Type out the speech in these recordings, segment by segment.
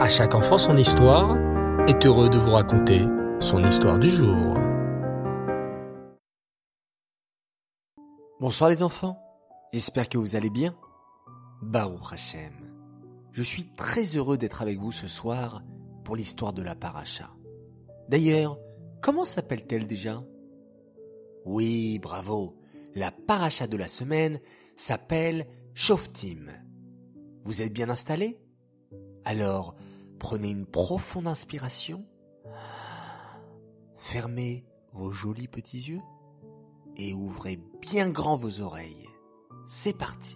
À chaque enfant son histoire est heureux de vous raconter son histoire du jour. Bonsoir les enfants, j'espère que vous allez bien. Baruch Hashem. Je suis très heureux d'être avec vous ce soir pour l'histoire de la paracha. D'ailleurs, comment s'appelle-t-elle déjà ? Oui, bravo, la paracha de la semaine s'appelle Shoftim. Vous êtes bien installés ? Alors, prenez une profonde inspiration, fermez vos jolis petits yeux et ouvrez bien grand vos oreilles. C'est parti.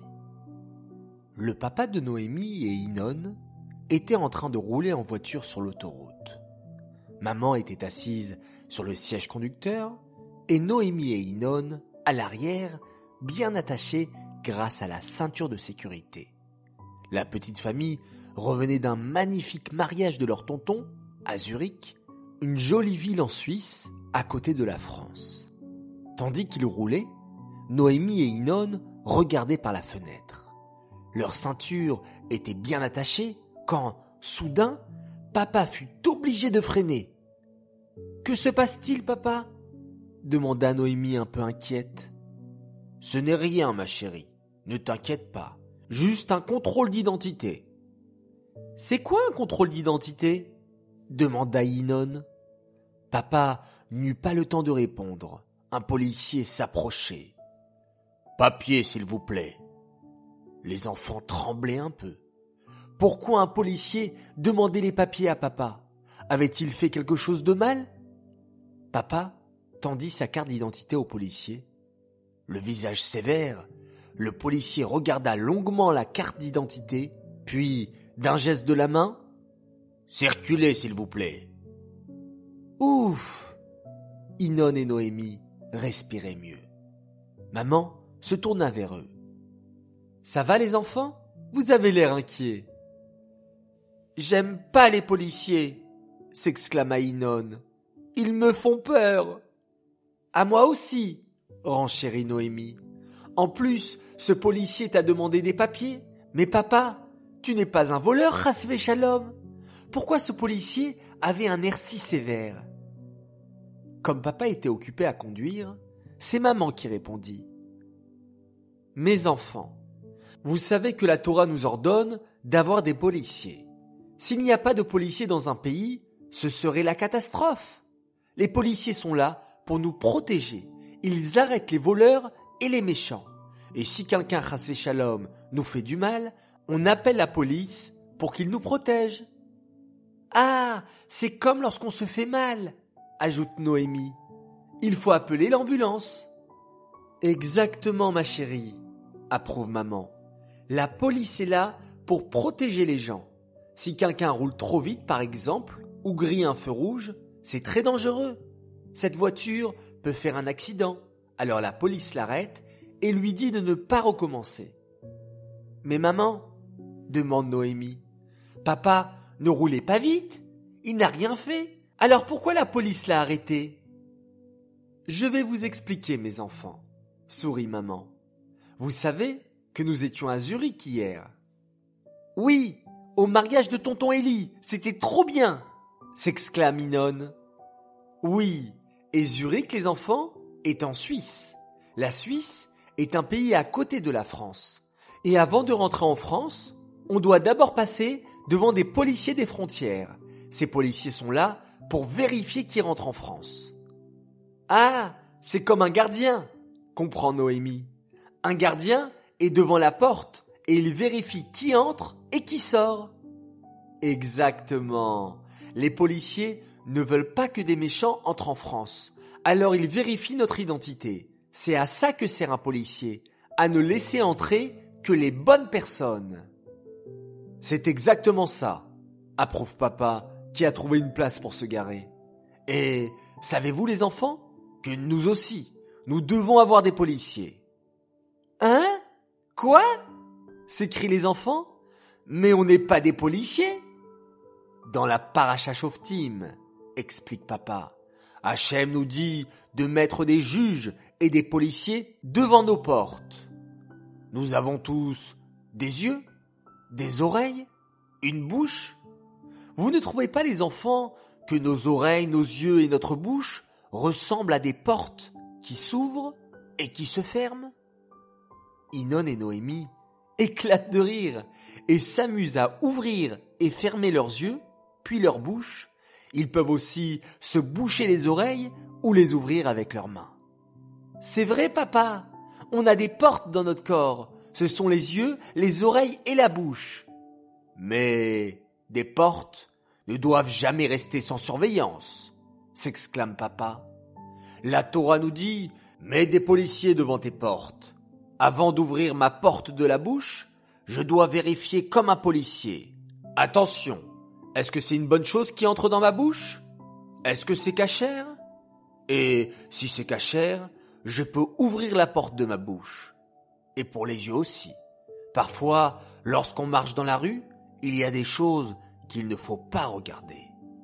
Le papa de Noémie et Inon était en train de rouler en voiture sur l'autoroute. Maman était assise sur le siège conducteur et Noémie et Inon à l'arrière, bien attachés grâce à la ceinture de sécurité. La petite famille revenait d'un magnifique mariage de leur tonton à Zurich, une jolie ville en Suisse à côté de la France. Tandis qu'ils roulaient, Noémie et Inon regardaient par la fenêtre. Leur ceinture était bien attachée quand, soudain, papa fut obligé de freiner. « Que se passe-t-il, papa ?» demanda Noémie un peu inquiète. « Ce n'est rien, ma chérie, ne t'inquiète pas, juste un contrôle d'identité. » « C'est quoi un contrôle d'identité ?» demanda Inon. Papa n'eut pas le temps de répondre. Un policier s'approchait. « Papier, s'il vous plaît. » Les enfants tremblaient un peu. Pourquoi un policier demandait les papiers à papa ? Avait-il fait quelque chose de mal ? Papa tendit sa carte d'identité au policier. Le visage sévère, le policier regarda longuement la carte d'identité, puis, d'un geste de la main, « Circulez, s'il vous plaît. » Ouf ! Inon et Noémie respiraient mieux. Maman se tourna vers eux. « Ça va les enfants ? Vous avez l'air inquiets. »« J'aime pas les policiers !» s'exclama Inon. « Ils me font peur !»« À moi aussi !» renchérit Noémie. « En plus, ce policier t'a demandé des papiers. Mais papa, tu n'es pas un voleur, chas v'shalom. Pourquoi ce policier avait un air si sévère ?» Comme papa était occupé à conduire, c'est maman qui répondit. « Mes enfants, vous savez que la Torah nous ordonne d'avoir des policiers. S'il n'y a pas de policiers dans un pays, ce serait la catastrophe. Les policiers sont là pour nous protéger. Ils arrêtent les voleurs et les méchants. Et si quelqu'un, chas v'shalom, nous fait du mal, on appelle la police pour qu'ils nous protègent. »« Ah, c'est comme lorsqu'on se fait mal, » ajoute Noémie. « Il faut appeler l'ambulance. » Exactement, ma chérie, approuve maman. La police est là pour protéger les gens. Si quelqu'un roule trop vite, par exemple, ou grille un feu rouge, c'est très dangereux. Cette voiture peut faire un accident, alors la police l'arrête et lui dit de ne pas recommencer. « Mais maman, » demande Noémie, « papa ne roulait pas vite, il n'a rien fait, alors pourquoi la police l'a arrêté ?»« Je vais vous expliquer, mes enfants, » sourit maman. « Vous savez que nous étions à Zurich hier. »« Oui, au mariage de tonton Élie, c'était trop bien !» s'exclame Inon. « Oui, et Zurich, les enfants, est en Suisse. La Suisse est un pays à côté de la France. Et avant de rentrer en France, on doit d'abord passer devant des policiers des frontières. Ces policiers sont là pour vérifier qui rentre en France. »« Ah, c'est comme un gardien, » comprend Noémie. « Un gardien est devant la porte et il vérifie qui entre et qui sort. » Exactement. Les policiers ne veulent pas que des méchants entrent en France. Alors ils vérifient notre identité. C'est à ça que sert un policier, à ne laisser entrer que les bonnes personnes. C'est exactement ça, approuve papa, qui a trouvé une place pour se garer. Et savez-vous les enfants, que nous aussi, nous devons avoir des policiers. Hein ? Quoi ? S'écrient les enfants. Mais on n'est pas des policiers. Dans la paracha Shoftim, explique papa, Hachem nous dit de mettre des juges et des policiers devant nos portes. Nous avons tous des yeux, des oreilles, une bouche. Vous ne trouvez pas, les enfants, que nos oreilles, nos yeux et notre bouche ressemblent à des portes qui s'ouvrent et qui se ferment? Inon et Noémie éclatent de rire et s'amusent à ouvrir et fermer leurs yeux, puis leur bouche. Ils peuvent aussi se boucher les oreilles ou les ouvrir avec leurs mains. C'est vrai, papa, on a des portes dans notre corps. Ce sont les yeux, les oreilles et la bouche. Mais des portes ne doivent jamais rester sans surveillance, s'exclame papa. La Torah nous dit, mets des policiers devant tes portes. Avant d'ouvrir ma porte de la bouche, je dois vérifier comme un policier. Attention, est-ce que c'est une bonne chose qui entre dans ma bouche? Est-ce que c'est cachère? Et si c'est cachère, je peux ouvrir la porte de ma bouche. Et pour les yeux aussi. Parfois, lorsqu'on marche dans la rue, il y a des choses qu'il ne faut pas regarder.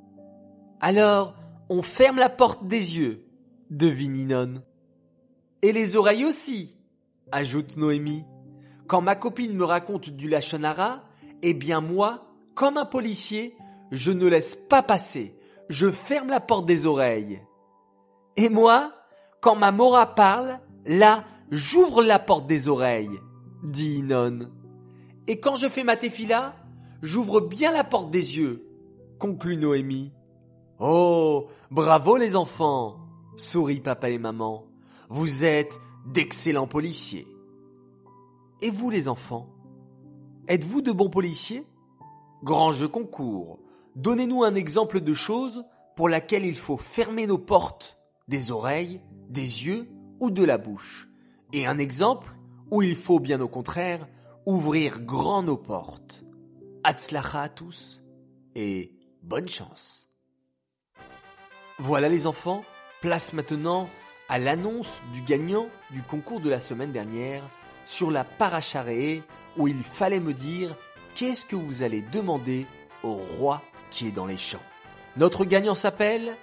Alors, on ferme la porte des yeux, devine Inon. Et les oreilles aussi, ajoute Noémie. Quand ma copine me raconte du lachon hara, eh bien moi, comme un policier, je ne laisse pas passer. Je ferme la porte des oreilles. Et moi, quand ma mora parle, là, j'ouvre la porte des oreilles, dit Inon. Et quand je fais ma tefila, j'ouvre bien la porte des yeux, conclut Noémie. Oh, bravo les enfants, sourit papa et maman. Vous êtes d'excellents policiers. Et vous les enfants, êtes-vous de bons policiers? Grand jeu concours. Donnez-nous un exemple de chose pour laquelle il faut fermer nos portes, des oreilles, des yeux ou de la bouche. Et un exemple où il faut bien au contraire ouvrir grand nos portes. Hatzlacha à tous et bonne chance. Voilà les enfants, place maintenant à l'annonce du gagnant du concours de la semaine dernière sur la paracha Re'eh, où il fallait me dire qu'est-ce que vous allez demander au roi qui est dans les champs. Notre gagnant s'appelle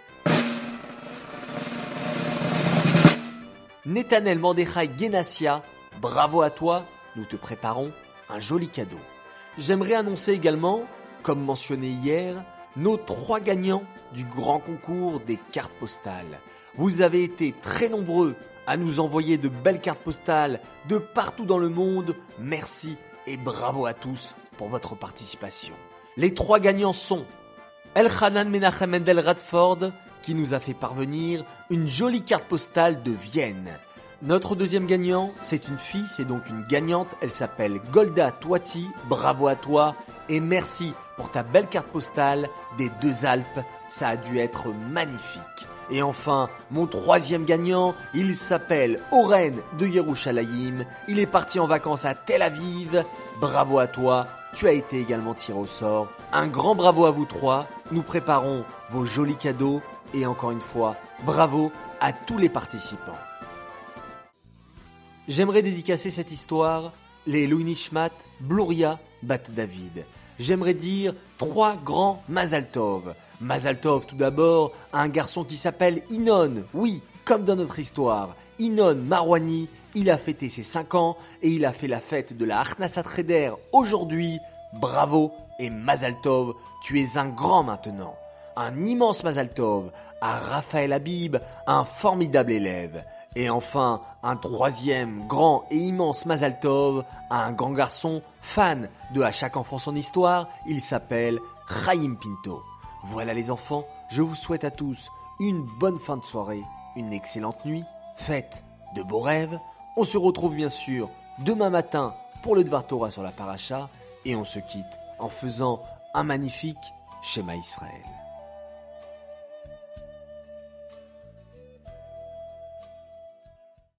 Netanel Mordechai Genassia. Bravo à toi, nous te préparons un joli cadeau. J'aimerais annoncer également, comme mentionné hier, nos 3 gagnants du grand concours des cartes postales. Vous avez été très nombreux à nous envoyer de belles cartes postales de partout dans le monde. Merci et bravo à tous pour votre participation. Les 3 gagnants sont Elchanan Menachem Mendel Radford, qui nous a fait parvenir une jolie carte postale de Vienne. Notre deuxième gagnant, c'est une fille, c'est donc une gagnante, elle s'appelle Golda Toiti, bravo à toi et merci pour ta belle carte postale des 2 Alpes, ça a dû être magnifique. Et enfin, mon 3e gagnant, il s'appelle Oren de Yerushalayim, il est parti en vacances à Tel Aviv, bravo à toi, tu as été également tiré au sort. Un grand bravo à vous 3, nous préparons vos jolis cadeaux et encore une fois, bravo à tous les participants. J'aimerais dédicacer cette histoire, les Louis Nishmat, Bluria, Bat David. J'aimerais dire 3 grands Mazal Tov. Mazal Tov tout d'abord à un garçon qui s'appelle Inon. Oui, comme dans notre histoire. Inon Marwani, il a fêté ses 5 ans et il a fait la fête de la Achnasat Cheder aujourd'hui. Bravo et Mazal Tov, tu es un grand maintenant. Un immense Mazal Tov à Raphaël Habib, un formidable élève. Et enfin, un 3e grand et immense Mazal Tov à un grand garçon fan de À chaque enfant son histoire, il s'appelle Chaim Pinto. Voilà les enfants, je vous souhaite à tous une bonne fin de soirée, une excellente nuit, faites de beaux rêves. On se retrouve bien sûr demain matin pour le Dvar Torah sur la paracha et on se quitte en faisant un magnifique Shema Israël.